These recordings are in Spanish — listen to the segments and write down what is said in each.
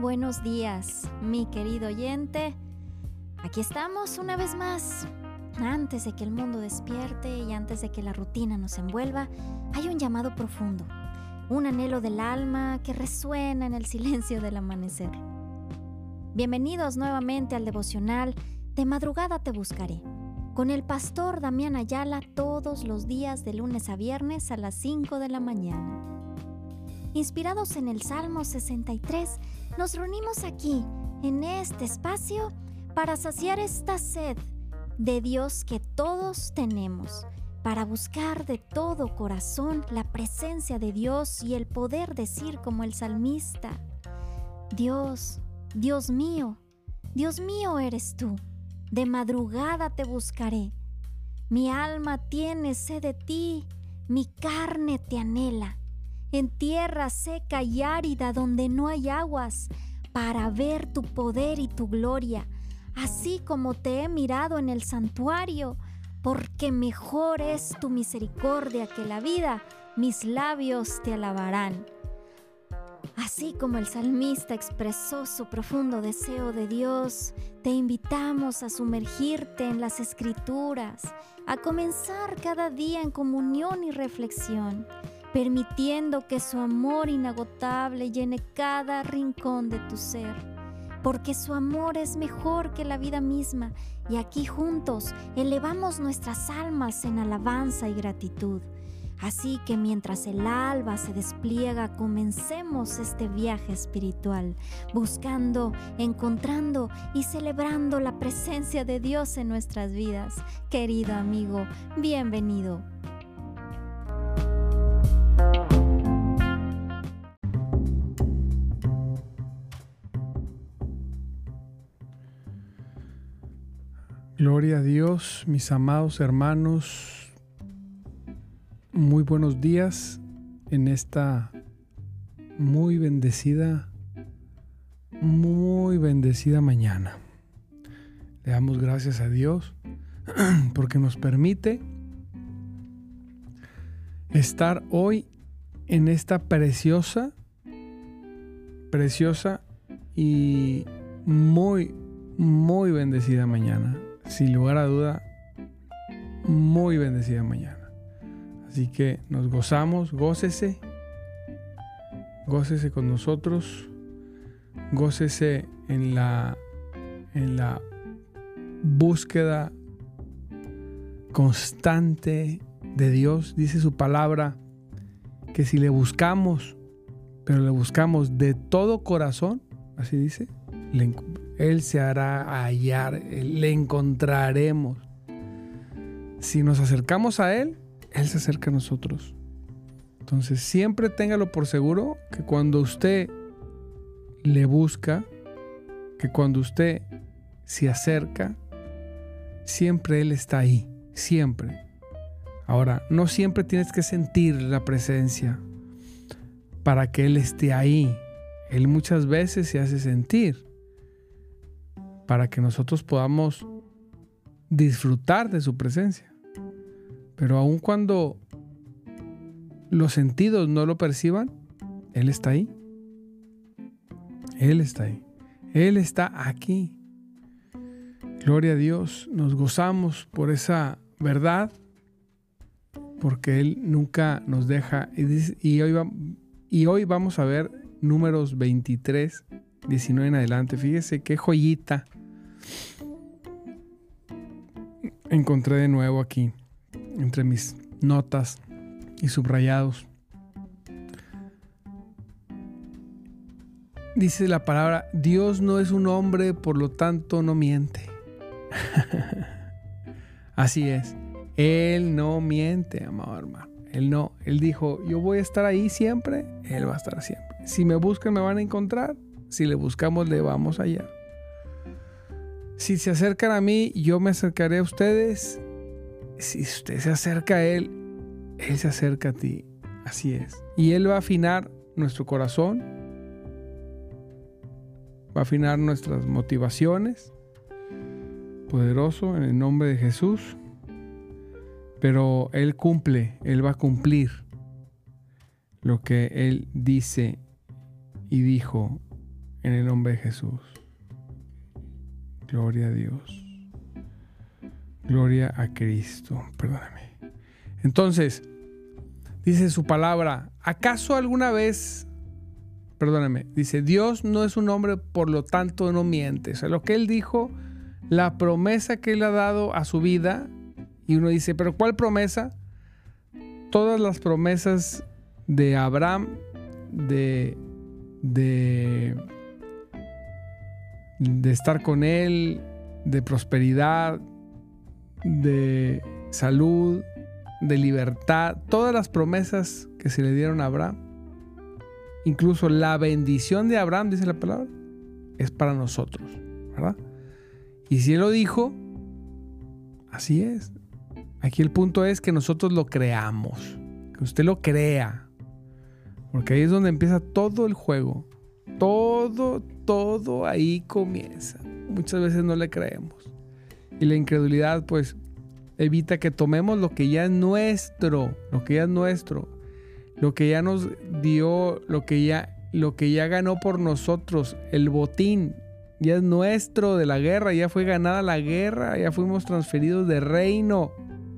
buenos días, mi querido oyente. Aquí estamos una vez más. Antes de que el mundo despierte y antes de que la rutina nos envuelva, hay un llamado profundo, un anhelo del alma que resuena en el silencio del amanecer. Bienvenidos nuevamente al devocional De Madrugada Te Buscaré, con el pastor Damián Ayala todos los días de lunes a viernes a las 5 de la mañana. Inspirados en el Salmo 63, nos reunimos aquí, en este espacio, para saciar esta sed de Dios que todos tenemos, para buscar de todo corazón la presencia de Dios y el poder decir como el salmista: Dios, Dios mío eres tú, de madrugada te buscaré. Mi alma tiene sed de ti, mi carne te anhela. En tierra seca y árida donde no hay aguas, para ver tu poder y tu gloria, así como te he mirado en el santuario, porque mejor es tu misericordia que la vida, mis labios te alabarán. Así como el salmista expresó su profundo deseo de Dios, te invitamos a sumergirte en las Escrituras, a comenzar cada día en comunión y reflexión, permitiendo que su amor inagotable llene cada rincón de tu ser, porque su amor es mejor que la vida misma, y aquí juntos elevamos nuestras almas en alabanza y gratitud. Así que mientras el alba se despliega, comencemos este viaje espiritual, buscando, encontrando y celebrando la presencia de Dios en nuestras vidas. Querido amigo, bienvenido. Gloria a Dios, mis amados hermanos. Muy buenos días en esta muy bendecida mañana. Le damos gracias a Dios porque nos permite estar hoy en esta preciosa y muy bendecida mañana. Sin lugar a duda, muy bendecida mañana. Así que nos gozamos, gócese con nosotros, gócese en la búsqueda constante de Dios. Dice su palabra que si le buscamos, pero le buscamos de todo corazón, así dice, Él se hará hallar, le encontraremos. Si nos acercamos a Él, Él se acerca a nosotros. Entonces siempre téngalo por seguro que cuando usted le busca, que cuando usted se acerca, siempre Él está ahí, siempre. Ahora, no siempre tienes que sentir la presencia para que Él esté ahí. Él muchas veces se hace sentir para que nosotros podamos disfrutar de su presencia. Pero aun cuando los sentidos no lo perciban, Él está ahí. Él está ahí. Él está aquí. Gloria a Dios. Nos gozamos por esa verdad, porque Él nunca nos deja. Y hoy vamos a ver Números 23, 19 en adelante. Fíjese qué joyita encontré de nuevo aquí entre mis notas y subrayados. Dice la palabra: Dios no es un hombre, por lo tanto no miente. Así es, Él no miente, amado hermano. Él dijo: yo voy a estar ahí siempre, Él va a estar siempre. Si me buscan me van a encontrar, si le buscamos le vamos allá. Si se acercan a mí, yo me acercaré a ustedes. Si usted se acerca a Él, Él se acerca a ti. Así es. Y Él va a afinar nuestro corazón, va a afinar nuestras motivaciones. Poderoso, en el nombre de Jesús. Pero Él va a cumplir lo que Él dice y dijo en el nombre de Jesús. Gloria a Dios. Gloria a Cristo. Perdóname. Entonces, dice su palabra, ¿acaso alguna vez, dice, Dios no es un hombre, por lo tanto no miente? O sea, lo que Él dijo, la promesa que Él ha dado a su vida, y uno dice, ¿pero cuál promesa? Todas las promesas de Abraham, de estar con Él, de prosperidad, de salud, de libertad, todas las promesas que se le dieron a Abraham, incluso la bendición de Abraham, dice la palabra, es para nosotros, ¿verdad? Y si Él lo dijo, así es. Aquí el punto es que nosotros lo creamos, que usted lo crea, porque ahí es donde empieza todo el juego. Todo ahí comienza. Muchas veces no le creemos. Y la incredulidad, pues, evita que tomemos lo que ya es nuestro, lo que ya nos dio, lo que ya ganó por nosotros, el botín. Ya es nuestro de la guerra, ya fue ganada la guerra, ya fuimos transferidos de reino.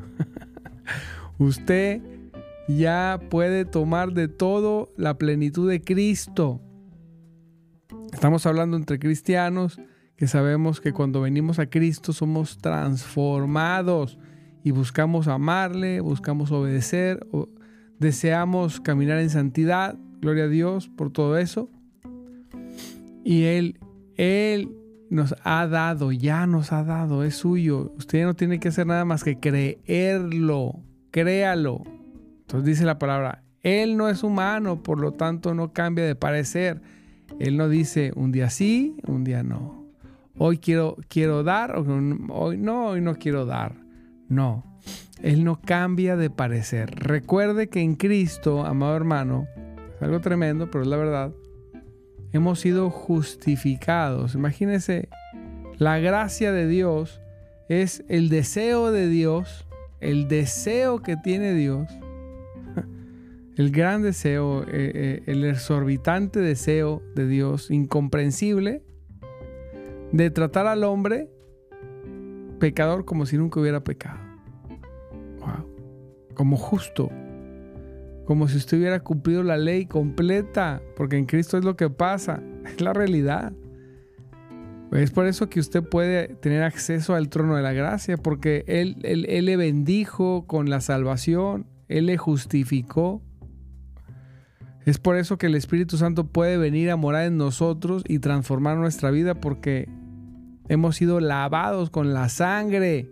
Usted ya puede tomar de todo la plenitud de Cristo. Estamos hablando entre cristianos que sabemos que cuando venimos a Cristo somos transformados y buscamos amarle, buscamos obedecer, deseamos caminar en santidad. Gloria a Dios por todo eso. Y Él nos ha dado, es suyo. Usted ya no tiene que hacer nada más que creerlo, créalo. Entonces dice la palabra, Él no es humano, por lo tanto no cambia de parecer. Él no dice un día sí, un día no. Hoy quiero dar, hoy no quiero dar. No, Él no cambia de parecer. Recuerde que en Cristo, amado hermano, es algo tremendo, pero es la verdad, hemos sido justificados. Imagínese, la gracia de Dios es el deseo de Dios, el deseo que tiene Dios, el gran deseo, el exorbitante deseo de Dios, incomprensible, de tratar al hombre pecador como si nunca hubiera pecado. Wow. Como justo. Como si usted hubiera cumplido la ley completa, porque en Cristo es lo que pasa, es la realidad. Es por eso que usted puede tener acceso al trono de la gracia, porque Él le bendijo con la salvación, Él le justificó. Es por eso que el Espíritu Santo puede venir a morar en nosotros y transformar nuestra vida, porque hemos sido lavados con la sangre.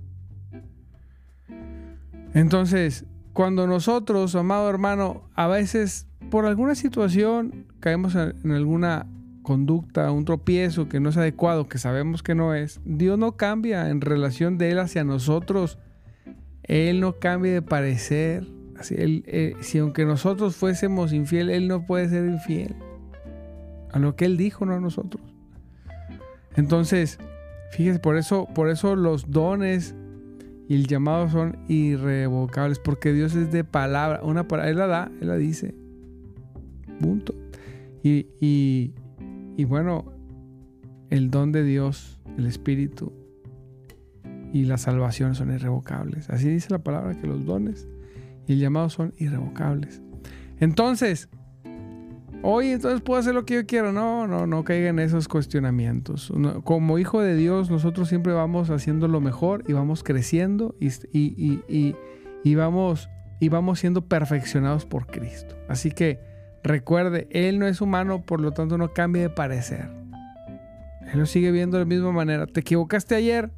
Entonces, cuando nosotros, amado hermano, a veces por alguna situación caemos en alguna conducta, un tropiezo que no es adecuado, que sabemos que no es, Dios no cambia en relación de Él hacia nosotros. Él no cambia de parecer. Así, si aunque nosotros fuésemos infieles, Él no puede ser infiel a lo que Él dijo, no a nosotros. Entonces, fíjese, por eso los dones y el llamado son irrevocables, porque Dios es de palabra. Una palabra, Él la da, Él la dice. Punto. Y bueno, el don de Dios, el Espíritu y la salvación son irrevocables. Así dice la palabra, que los dones y el llamado son irrevocables. Entonces, entonces puedo hacer lo que yo quiero. No caiga en esos cuestionamientos. Como hijo de Dios, nosotros siempre vamos haciendo lo mejor y vamos creciendo y vamos siendo perfeccionados por Cristo. Así que recuerde, Él no es humano, por lo tanto no cambie de parecer. Él lo sigue viendo de la misma manera. ¿Te equivocaste ayer?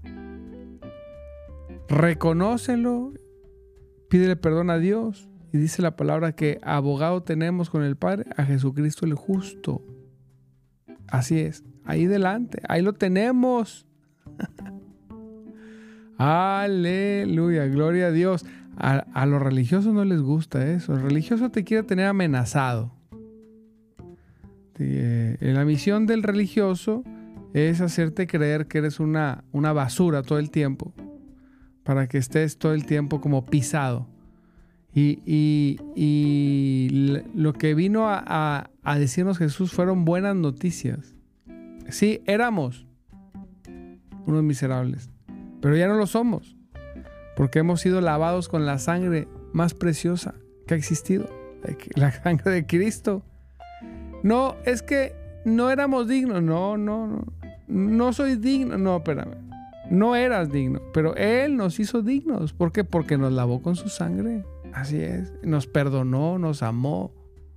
Reconócelo, pídele perdón a Dios. Y dice la palabra que abogado tenemos con el Padre, a Jesucristo el justo. Así es, ahí delante, ahí lo tenemos. Aleluya, gloria a Dios. A los religiosos no les gusta eso. El religioso te quiere tener amenazado. La misión del religioso es hacerte creer que eres una basura todo el tiempo, para que estés todo el tiempo como pisado. Y lo que vino a decirnos Jesús fueron buenas noticias. Sí, éramos unos miserables, pero ya no lo somos, porque hemos sido lavados con la sangre más preciosa que ha existido, la sangre de Cristo. No, es que no éramos dignos. No soy digno. No, espérame. No eras digno, pero Él nos hizo dignos. ¿Por qué? Porque nos lavó con su sangre. Así es. Nos perdonó, nos amó.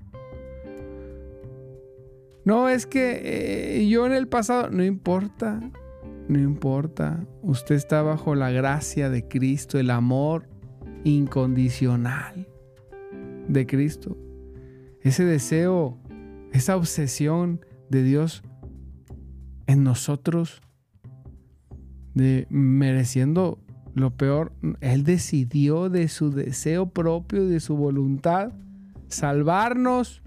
No, es que yo en el pasado... No importa. Usted está bajo la gracia de Cristo, el amor incondicional de Cristo. Ese deseo, esa obsesión de Dios en nosotros, de mereciendo lo peor. Él decidió de su deseo propio, de su voluntad, salvarnos.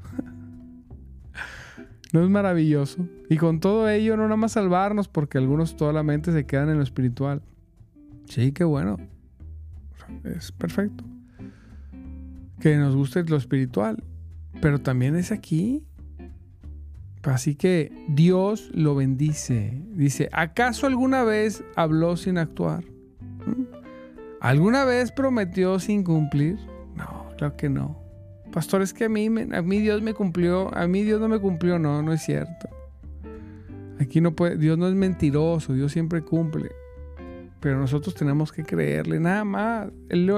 ¿No es maravilloso? Y con todo ello, no nada más salvarnos, porque algunos solamente se quedan en lo espiritual. Sí, qué bueno. Es perfecto que nos guste lo espiritual, pero también es aquí. Así que Dios lo bendice. Dice, ¿acaso alguna vez habló sin actuar? ¿Alguna vez prometió sin cumplir? No, claro que no. Pastor, es que a mí Dios me cumplió, a mí Dios no me cumplió. No es cierto. Aquí no puede, Dios no es mentiroso, Dios siempre cumple. Pero nosotros tenemos que creerle, nada más.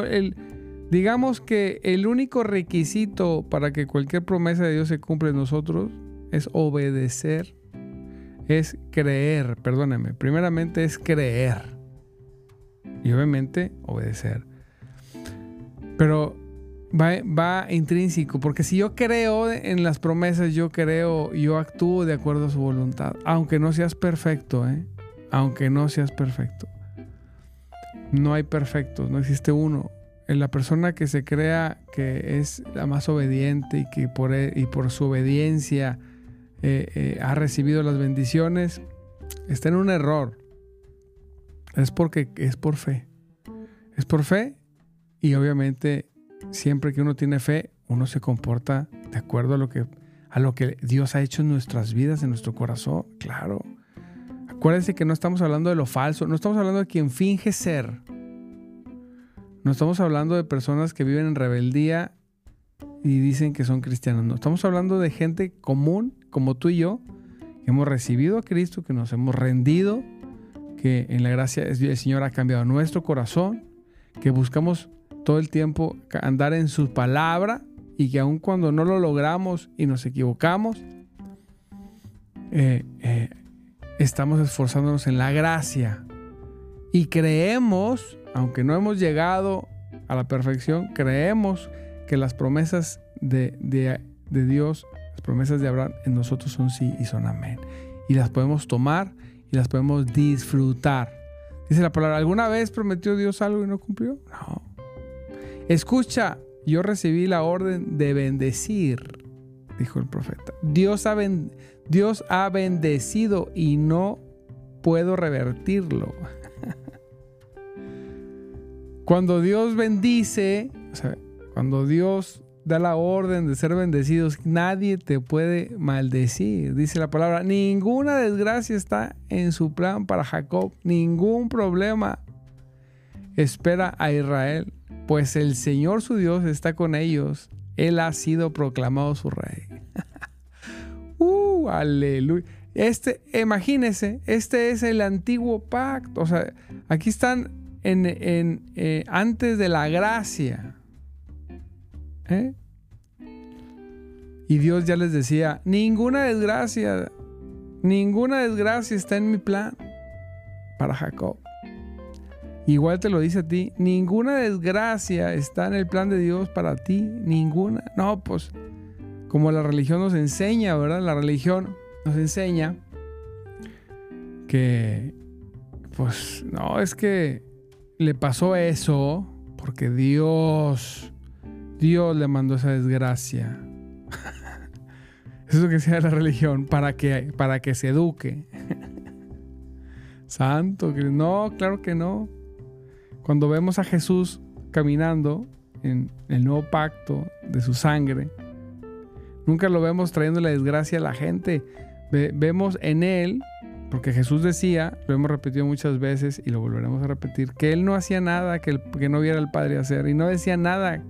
Digamos que el único requisito para que cualquier promesa de Dios se cumpla en nosotros es obedecer, es creer, perdóname. Primeramente es creer y obviamente obedecer. Pero va intrínseco, porque si yo creo en las promesas, yo actúo de acuerdo a su voluntad, aunque no seas perfecto, aunque no seas perfecto. No hay perfectos, no existe uno. La persona que se crea que es la más obediente y que por su obediencia ha recibido las bendiciones, está en un error. Es porque es por fe. Es por fe, y obviamente siempre que uno tiene fe, uno se comporta de acuerdo a lo que Dios ha hecho en nuestras vidas, en nuestro corazón. Claro. Acuérdense que no estamos hablando de lo falso, no estamos hablando de quien finge ser. No estamos hablando de personas que viven en rebeldía y dicen que son cristianos. No, estamos hablando de gente común, como tú y yo, que hemos recibido a Cristo, que nos hemos rendido, que en la gracia del Señor ha cambiado nuestro corazón, que buscamos todo el tiempo andar en su palabra, y que aun cuando no lo logramos y nos equivocamos, estamos esforzándonos en la gracia y creemos, aunque no hemos llegado a la perfección, creemos que las promesas de Dios, las promesas de Abraham en nosotros son sí y son amén, y las podemos tomar y las podemos disfrutar. Dice la palabra, ¿alguna vez prometió Dios algo y no cumplió? No. Escucha, yo recibí la orden de bendecir, dijo el profeta. Dios ha bendecido y no puedo revertirlo. Cuando Dios bendice, o sea, cuando Dios da la orden de ser bendecidos, nadie te puede maldecir. Dice la palabra, ninguna desgracia está en su plan para Jacob, ningún problema espera a Israel, pues el Señor su Dios está con ellos. Él ha sido proclamado su rey. Aleluya. Imagínense, este es el antiguo pacto. O sea, aquí están antes de la gracia. Y Dios ya les decía, ninguna desgracia está en mi plan para Jacob. Igual te lo dice a ti, ninguna desgracia está en el plan de Dios para ti, ninguna. No, pues como la religión nos enseña, ¿verdad? La religión nos enseña que, pues, no, es que le pasó eso porque Dios le mandó esa desgracia. Eso es lo que decía la religión, para que se eduque. Santo, no, claro que no. Cuando vemos a Jesús caminando, en el nuevo pacto de su sangre. Nunca lo vemos trayéndole desgracia a la gente. Vemos en Él, porque Jesús decía, lo hemos repetido muchas veces y lo volveremos a repetir, que Él no hacía nada que no viera al Padre hacer. Y no decía nada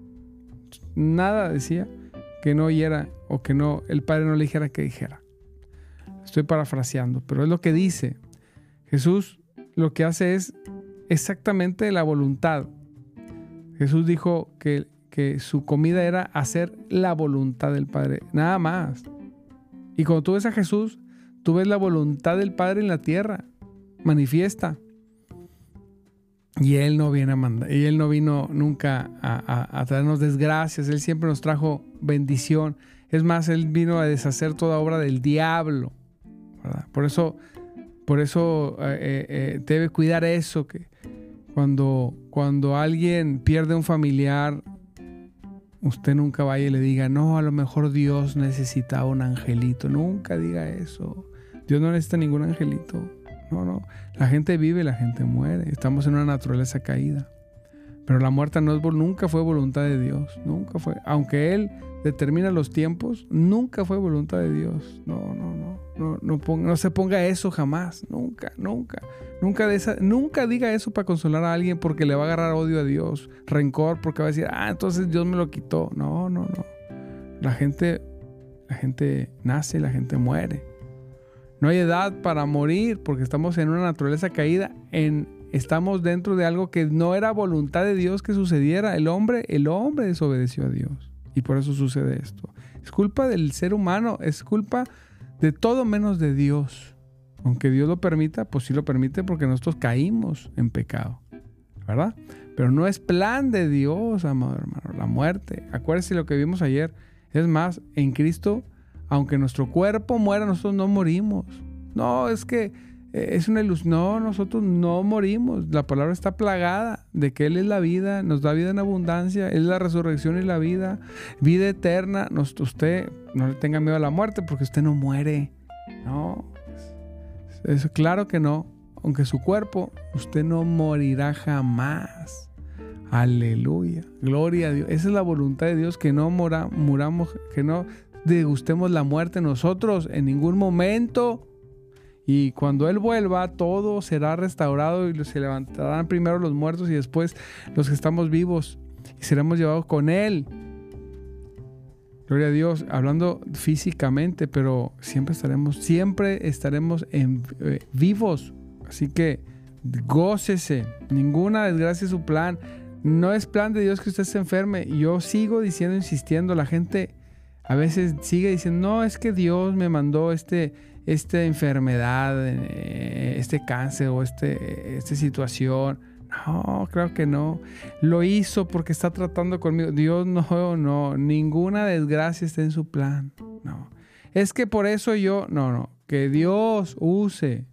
decía que no oyera o que no el Padre no le dijera que dijera. Estoy parafraseando, pero es lo que dice. Jesús lo que hace es exactamente la voluntad. Jesús dijo que su comida era hacer la voluntad del Padre, nada más. Y cuando tú ves a Jesús, tú ves la voluntad del Padre en la tierra, manifiesta. Y Él no viene a mandar, y Él no vino nunca a traernos desgracias. Él siempre nos trajo bendición. Es más, Él vino a deshacer toda obra del diablo, ¿verdad? Por eso debe cuidar eso, que cuando alguien pierde un familiar, usted nunca vaya y le diga, no, a lo mejor Dios necesitaba un angelito. Nunca diga eso. Dios no necesita ningún angelito. No. La gente vive, la gente muere. Estamos en una naturaleza caída. Pero la muerte nunca fue voluntad de Dios. Nunca fue. Aunque Él determina los tiempos, nunca fue voluntad de Dios. No se ponga eso jamás. Nunca diga eso para consolar a alguien porque le va a agarrar odio a Dios. Rencor porque va a decir, entonces Dios me lo quitó. No. La gente nace y la gente muere. No hay edad para morir porque estamos en una naturaleza caída. Estamos dentro de algo que no era voluntad de Dios que sucediera. El hombre desobedeció a Dios. Y por eso sucede esto. Es culpa del ser humano. Es culpa de todo menos de Dios. Aunque Dios lo permita, pues sí lo permite porque nosotros caímos en pecado, ¿verdad? Pero no es plan de Dios, amado hermano, la muerte. Acuérdense lo que vimos ayer. Es más, en Cristo, aunque nuestro cuerpo muera, nosotros no morimos. No, es que es una ilusión. No, nosotros no morimos. La palabra está plagada de que Él es la vida, nos da vida en abundancia. Él es la resurrección y la vida eterna. Usted no le tenga miedo a la muerte porque usted no muere. No, es claro que no. Aunque su cuerpo, usted no morirá jamás. Aleluya, gloria a Dios. Esa es la voluntad de Dios, que no muramos, que no degustemos la muerte nosotros en ningún momento. Y cuando Él vuelva, todo será restaurado y se levantarán primero los muertos y después los que estamos vivos y seremos llevados con Él. Gloria a Dios, hablando físicamente, pero siempre estaremos vivos. Así que gócese. Ninguna desgracia es su plan. No es plan de Dios que usted se enferme. Y yo sigo insistiendo. La gente a veces sigue diciendo, no, es que Dios me mandó esta enfermedad, este cáncer o esta situación. No, claro que no. Lo hizo porque está tratando conmigo. Dios no, ninguna desgracia está en su plan. No. Es que por eso que Dios use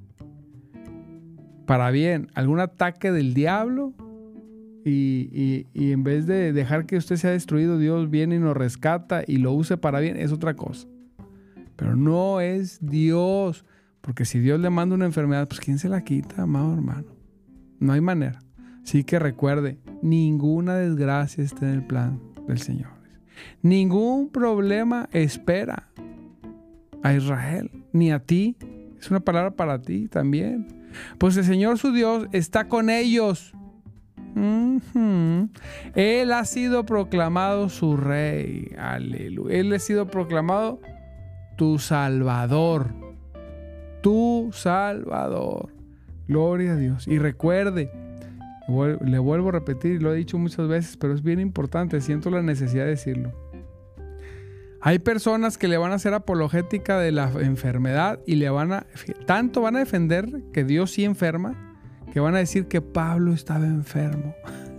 para bien algún ataque del diablo y en vez de dejar que usted sea destruido, Dios viene y nos rescata y lo use para bien, es otra cosa. Pero no es Dios, porque si Dios le manda una enfermedad, pues ¿quién se la quita, amado hermano? No hay manera. Así que recuerde, ninguna desgracia está en el plan del Señor. Ningún problema espera a Israel, ni a ti. Es una palabra para ti también. Pues el Señor su Dios está con ellos. Él ha sido proclamado su rey. Aleluya. Él ha sido proclamado tu Salvador. Tu Salvador. Gloria a Dios. Y recuerde, le vuelvo a repetir, lo he dicho muchas veces, pero es bien importante, siento la necesidad de decirlo. Hay personas que le van a hacer apologética de la enfermedad y tanto van a defender que Dios sí enferma, que van a decir que Pablo estaba enfermo.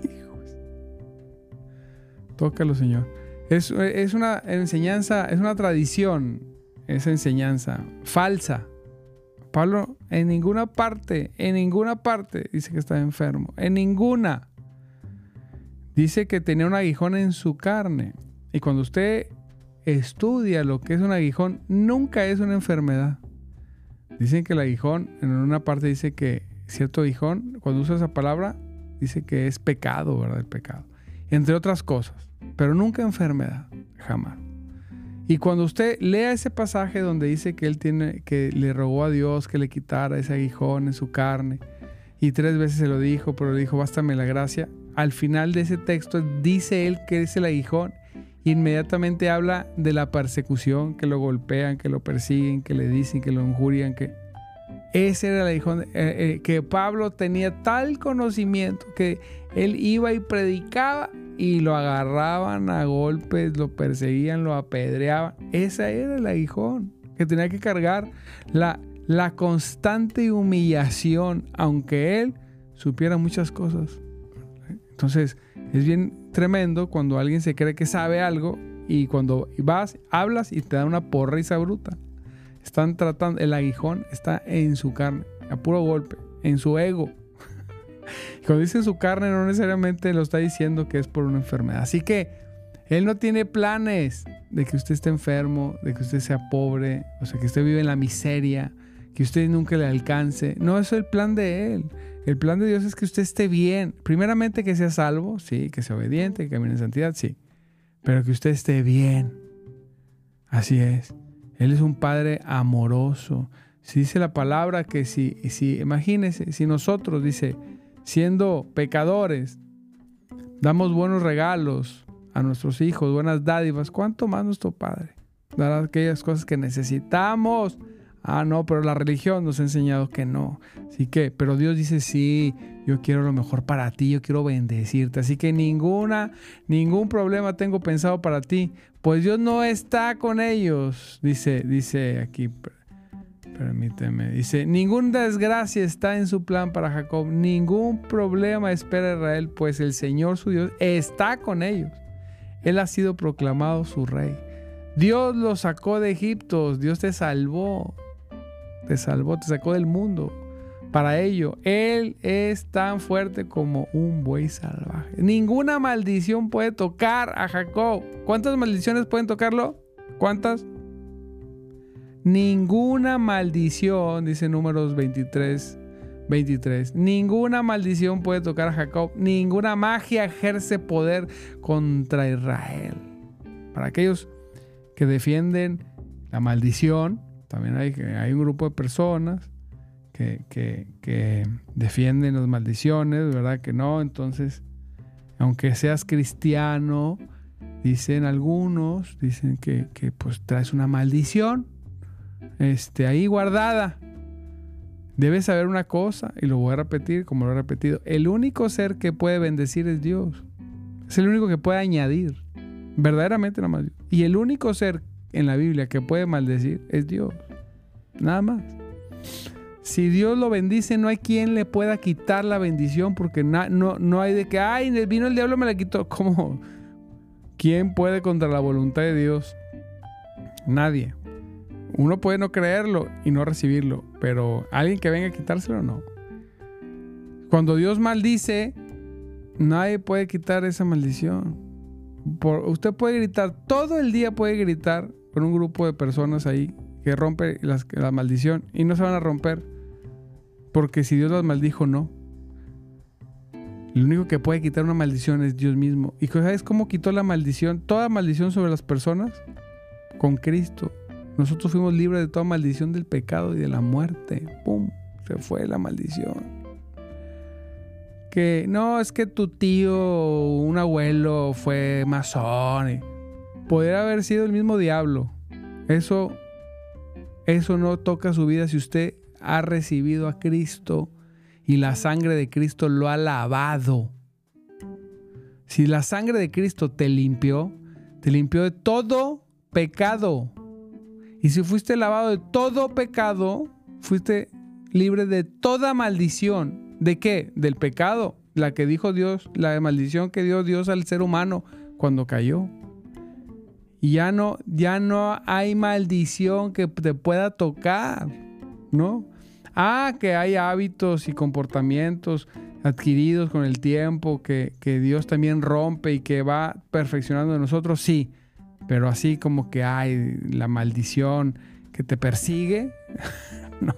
Tócalo, Señor. Es una enseñanza, es una tradición, esa enseñanza falsa. Pablo en ninguna parte dice que estaba enfermo. En ninguna. Dice que tenía un aguijón en su carne. Y cuando usted estudia lo que es un aguijón, nunca es una enfermedad. Dicen que el aguijón, en una parte dice que cierto aguijón, cuando usa esa palabra, dice que es pecado, ¿verdad? El pecado. entre otras cosas, pero nunca enfermedad, jamás. Y cuando usted lea ese pasaje donde dice que le rogó a Dios que le quitara ese aguijón en su carne, y 3 veces se lo dijo, pero le dijo, bástame la gracia, al final de ese texto dice él que es el aguijón, inmediatamente habla de la persecución, que lo golpean, que lo persiguen, que le dicen, que lo injurian, que ese era el aguijón, que Pablo tenía tal conocimiento que él iba y predicaba y lo agarraban a golpes, lo perseguían, lo apedreaban. Ese era el aguijón que tenía que cargar, la constante humillación, aunque él supiera muchas cosas. Entonces es bien tremendo cuando alguien se cree que sabe algo y cuando vas, hablas y te da una porrisa bruta. Están tratando, el aguijón está en su carne, a puro golpe, en su ego. Y cuando dice su carne, no necesariamente lo está diciendo que es por una enfermedad. Así que él no tiene planes de que usted esté enfermo, de que usted sea pobre, o sea, que usted vive en la miseria, que usted nunca le alcance. No, eso es el plan de él. El plan de Dios es que usted esté bien. Primeramente que sea salvo, sí, que sea obediente, que camine en santidad, sí. Pero que usted esté bien. Así es. Él es un Padre amoroso. Si dice la palabra que si imagínese, si nosotros, dice, siendo pecadores, damos buenos regalos a nuestros hijos, buenas dádivas, ¿cuánto más nuestro Padre dará aquellas cosas que necesitamos? Ah, no, pero la religión nos ha enseñado que no. Así que, pero Dios dice, sí, yo quiero lo mejor para ti, yo quiero bendecirte. Así que ningún problema tengo pensado para ti, pues Dios no está con ellos. Dice aquí, permíteme, dice, ninguna desgracia está en su plan para Jacob, ningún problema espera a Israel, pues el Señor su Dios está con ellos. Él ha sido proclamado su rey. Dios los sacó de Egipto, Dios te salvó, te sacó del mundo. Para ello, Él es tan fuerte como un buey salvaje. Ninguna maldición puede tocar a Jacob. ¿Cuántas maldiciones pueden tocarlo? ¿Cuántas? Ninguna maldición, dice Números 23. Ninguna maldición puede tocar a Jacob. Ninguna magia ejerce poder contra Israel. Para aquellos que defienden la maldición, también hay un grupo de personas que defienden las maldiciones, ¿verdad? Que no, entonces, aunque seas cristiano, dicen algunos, dicen que pues traes una maldición ahí guardada. Debes saber una cosa, y lo voy a repetir como lo he repetido, el único ser que puede bendecir es Dios. Es el único que puede añadir verdaderamente la maldición. Y el único ser en la Biblia que puede maldecir es Dios. Nada más. Si Dios lo bendice, no hay quien le pueda quitar la bendición, porque no hay de que, ay, vino el diablo, me la quitó. ¿Cómo? ¿Quién puede contra la voluntad de Dios? Nadie. Uno puede no creerlo y no recibirlo, pero alguien que venga a quitárselo, no. Cuando Dios maldice, nadie puede quitar esa maldición. Usted puede gritar, todo el día puede gritar con un grupo de personas ahí que rompe la maldición y no se van a romper, porque si Dios las maldijo, no. El único que puede quitar una maldición es Dios mismo. ¿Y sabes cómo quitó la maldición? Toda maldición sobre las personas, con Cristo. Nosotros fuimos libres de toda maldición del pecado y de la muerte. ¡Pum! Se fue la maldición. Que no, es que tu tío, un abuelo fue masón. Podría haber sido el mismo diablo. Eso no toca su vida si usted ha recibido a Cristo y la sangre de Cristo lo ha lavado. Si la sangre de Cristo te limpió de todo pecado. Y si fuiste lavado de todo pecado, fuiste libre de toda maldición. ¿De qué? Del pecado. La que dijo Dios, la maldición que dio Dios al ser humano cuando cayó. Y ya no hay maldición que te pueda tocar, ¿no? Que hay hábitos y comportamientos adquiridos con el tiempo que Dios también rompe y que va perfeccionando en nosotros, sí. Pero así como que hay la maldición que te persigue, no.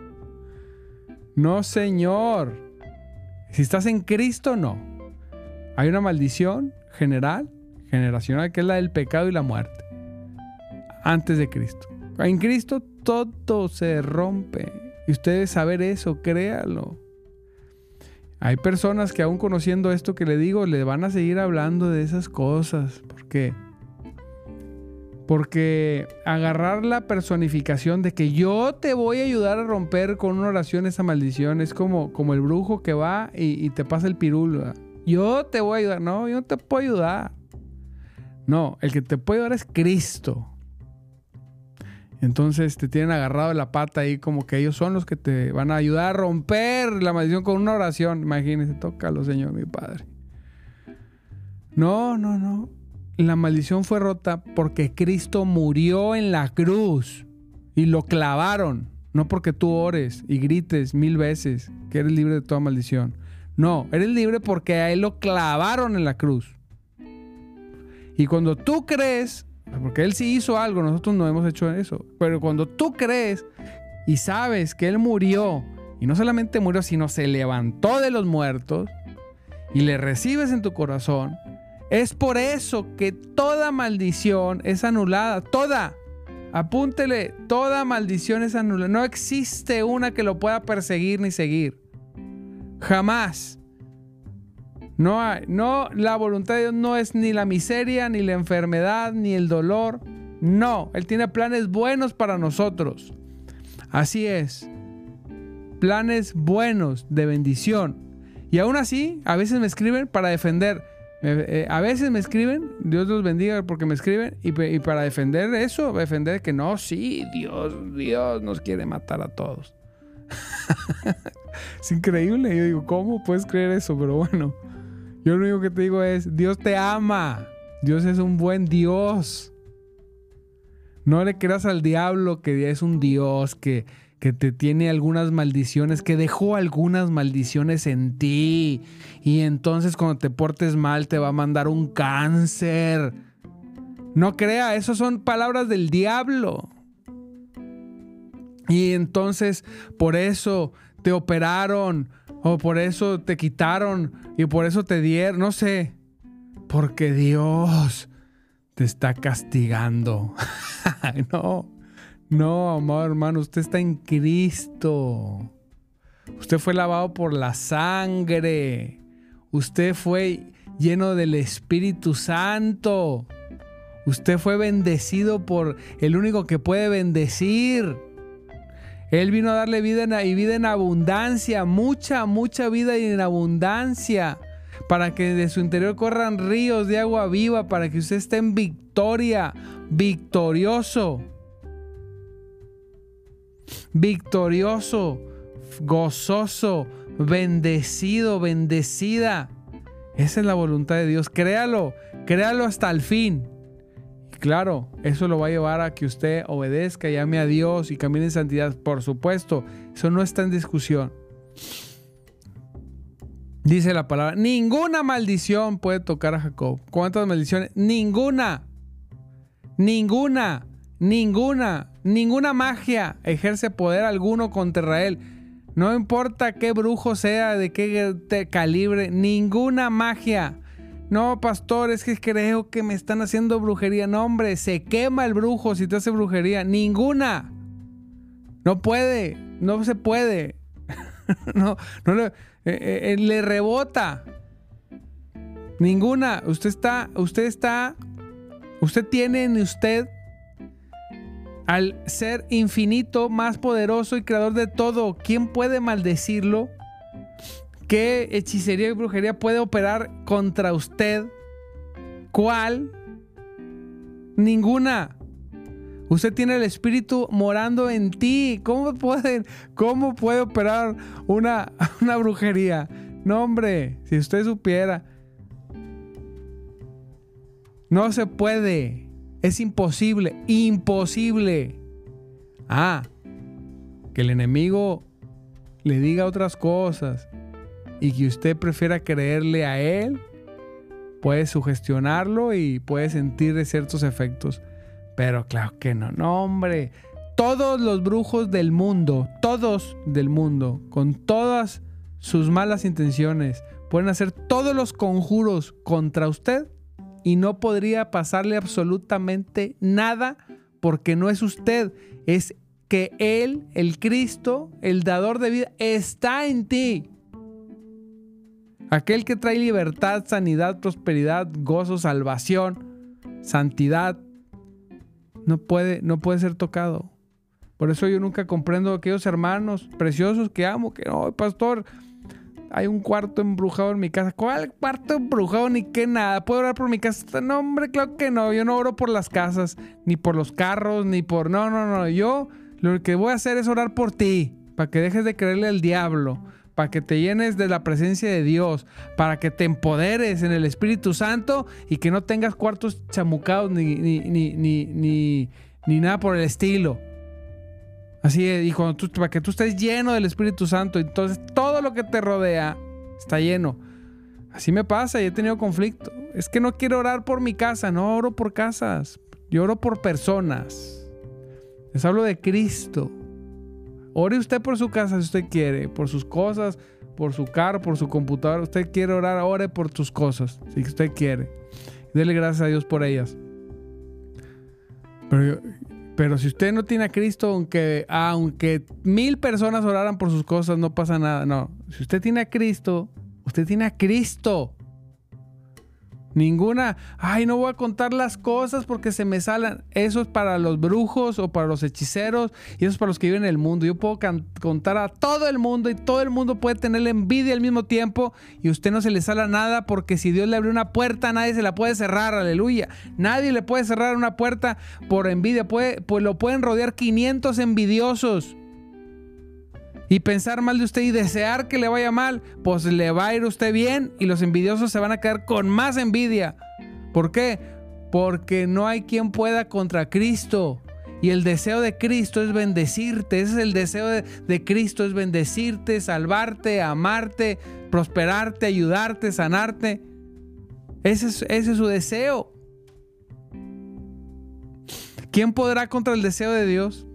No, Señor. Si estás en Cristo, no. Hay una maldición general, generacional, que es la del pecado y la muerte. Antes de Cristo. En Cristo todo se rompe. Y usted debe saber eso, créalo. Hay personas que aún conociendo esto que le digo, le van a seguir hablando de esas cosas. ¿Por qué? Porque agarrar la personificación de que yo te voy a ayudar a romper con una oración esa maldición es como el brujo que va y te pasa el pirulo. Yo te voy a ayudar. No, yo no te puedo ayudar. No, el que te puede ayudar es Cristo. Entonces te tienen agarrado de la pata ahí como que ellos son los que te van a ayudar a romper la maldición con una oración. Imagínense, tócalo, Señor, mi Padre. No. La maldición fue rota porque Cristo murió en la cruz y lo clavaron. No porque tú ores y grites 1000 veces que eres libre de toda maldición. No, eres libre porque a Él lo clavaron en la cruz. Y cuando tú crees, porque Él sí hizo algo, nosotros no hemos hecho eso, pero cuando tú crees y sabes que Él murió, y no solamente murió, sino se levantó de los muertos, y le recibes en tu corazón, es por eso que toda maldición es anulada. Toda. Apúntele, toda maldición es anulada. No existe una que lo pueda perseguir ni seguir. Jamás. No hay. No, la voluntad de Dios no es ni la miseria, ni la enfermedad, ni el dolor. No, Él tiene planes buenos para nosotros. Así es. Planes buenos de bendición. Y aún así, a veces me escriben para defender. A veces me escriben, Dios los bendiga porque me escriben, y para defender eso, defender que no, sí, Dios nos quiere matar a todos. Es increíble. Yo digo, ¿cómo puedes creer eso? Pero bueno, yo lo único que te digo es, Dios te ama. Dios es un buen Dios. No le creas al diablo que es un Dios que te tiene algunas maldiciones, que dejó algunas maldiciones en ti. Y entonces cuando te portes mal te va a mandar un cáncer. No crea, eso son palabras del diablo. Y entonces por eso te operaron, o por eso te quitaron, y por eso te dieron, no sé. Porque Dios te está castigando. No, amado hermano, usted está en Cristo. Usted fue lavado por la sangre. Usted fue lleno del Espíritu Santo. Usted fue bendecido por el único que puede bendecir. Él vino a darle vida y vida en abundancia, mucha vida en abundancia, para que de su interior corran ríos de agua viva, para que usted esté en victoria, victorioso, gozoso, bendecido, bendecida. Esa es la voluntad de Dios. Créalo hasta el fin. Y claro, eso lo va a llevar a que usted obedezca, llame a Dios y camine en santidad. Por supuesto, eso no está en discusión. Dice la palabra, ninguna maldición puede tocar a Jacob. ¿Cuántas maldiciones? Ninguna magia ejerce poder alguno contra Israel. No importa qué brujo sea, de qué calibre, ninguna magia. No, pastor, es que creo que me están haciendo brujería. No, hombre, se quema el brujo si te hace brujería. Ninguna. No puede, no se puede. Le rebota. Ninguna. Usted tiene en usted al ser infinito, más poderoso y creador de todo. ¿Quién puede maldecirlo? ¿Qué hechicería y brujería puede operar contra usted? ¿Cuál? Ninguna. Usted tiene el Espíritu morando en ti. ¿Cómo puede operar una brujería? No, hombre, si usted supiera. No se puede. Es imposible. Imposible. Que el enemigo le diga otras cosas y que usted prefiera creerle a él, puede sugestionarlo y puede sentir ciertos efectos. Pero claro que no. No, hombre. Todos los brujos del mundo, con todas sus malas intenciones, pueden hacer todos los conjuros contra usted y no podría pasarle absolutamente nada porque no es usted, es que Él, el Cristo, el dador de vida, está en ti. Aquel que trae libertad, sanidad, prosperidad, gozo, salvación, santidad, no puede ser tocado. Por eso yo nunca comprendo a aquellos hermanos preciosos que amo, que no, pastor, hay un cuarto embrujado en mi casa. ¿Cuál cuarto embrujado? Ni que nada. ¿Puedo orar por mi casa? No, hombre, claro que no. Yo no oro por las casas, ni por los carros, ni por... No. Yo lo que voy a hacer es orar por ti, para que dejes de creerle al diablo, para que te llenes de la presencia de Dios, para que te empoderes en el Espíritu Santo y que no tengas cuartos chamucados ni nada por el estilo. Así es, y para que tú estés lleno del Espíritu Santo, entonces todo lo que te rodea está lleno. Así me pasa y he tenido conflicto. Es que no quiero orar por mi casa, no oro por casas, yo oro por personas. Les hablo de Cristo. Ore usted por su casa si usted quiere, por sus cosas, por su carro, por su computadora. Usted quiere orar, ore por tus cosas, si usted quiere. Dele gracias a Dios por ellas. Pero si usted no tiene a Cristo, aunque 1000 personas oraran por sus cosas, no pasa nada. No, si usted tiene a Cristo, usted tiene a Cristo. Ninguna, no voy a contar las cosas porque se me salen. Eso es para los brujos o para los hechiceros y eso es para los que viven en el mundo. Yo puedo contar a todo el mundo y todo el mundo puede tener envidia al mismo tiempo y a usted no se le sale nada porque si Dios le abrió una puerta, nadie se la puede cerrar, aleluya. Nadie le puede cerrar una puerta por envidia. Pues lo pueden rodear 500 envidiosos y pensar mal de usted y desear que le vaya mal, pues le va a ir usted bien y los envidiosos se van a quedar con más envidia. ¿Por qué? Porque no hay quien pueda contra Cristo y el deseo de Cristo es bendecirte. Ese es el deseo de Cristo, es bendecirte, salvarte, amarte, prosperarte, ayudarte, sanarte. Ese es su deseo. ¿Quién podrá contra el deseo de Dios?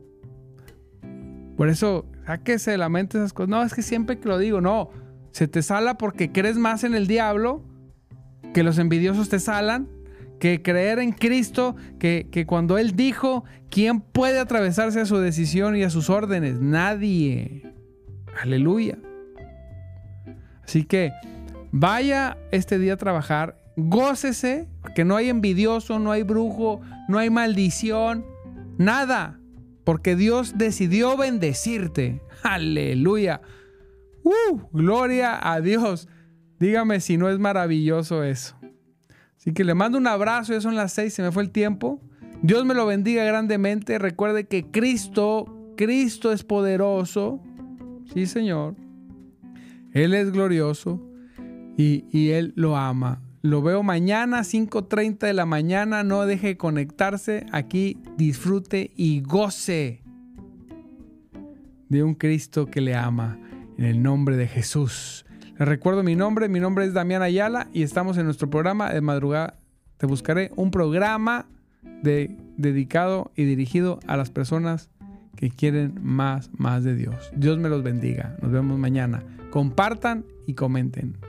Por eso, sáquese de la mente esas cosas. No, es que siempre que lo digo, no. Se te sala porque crees más en el diablo, que los envidiosos te salan, que creer en Cristo, que cuando Él dijo, ¿quién puede atravesarse a su decisión y a sus órdenes? Nadie. Aleluya. Así que vaya este día a trabajar, gócese, que no hay envidioso, no hay brujo, no hay maldición, nada. Porque Dios decidió bendecirte. ¡Aleluya! ¡Gloria a Dios! Dígame si no es maravilloso eso. Así que le mando un abrazo. Ya son las 6, se me fue el tiempo. Dios me lo bendiga grandemente. Recuerde que Cristo es poderoso. Sí, Señor. Él es glorioso y Él lo ama. Lo veo mañana, 5:30 de la mañana. No deje de conectarse. Aquí disfrute y goce de un Cristo que le ama. En el nombre de Jesús. Les recuerdo mi nombre. Mi nombre es Damián Ayala y estamos en nuestro programa de madrugada. Te buscaré un programa dedicado y dirigido a las personas que quieren más de Dios. Dios me los bendiga. Nos vemos mañana. Compartan y comenten.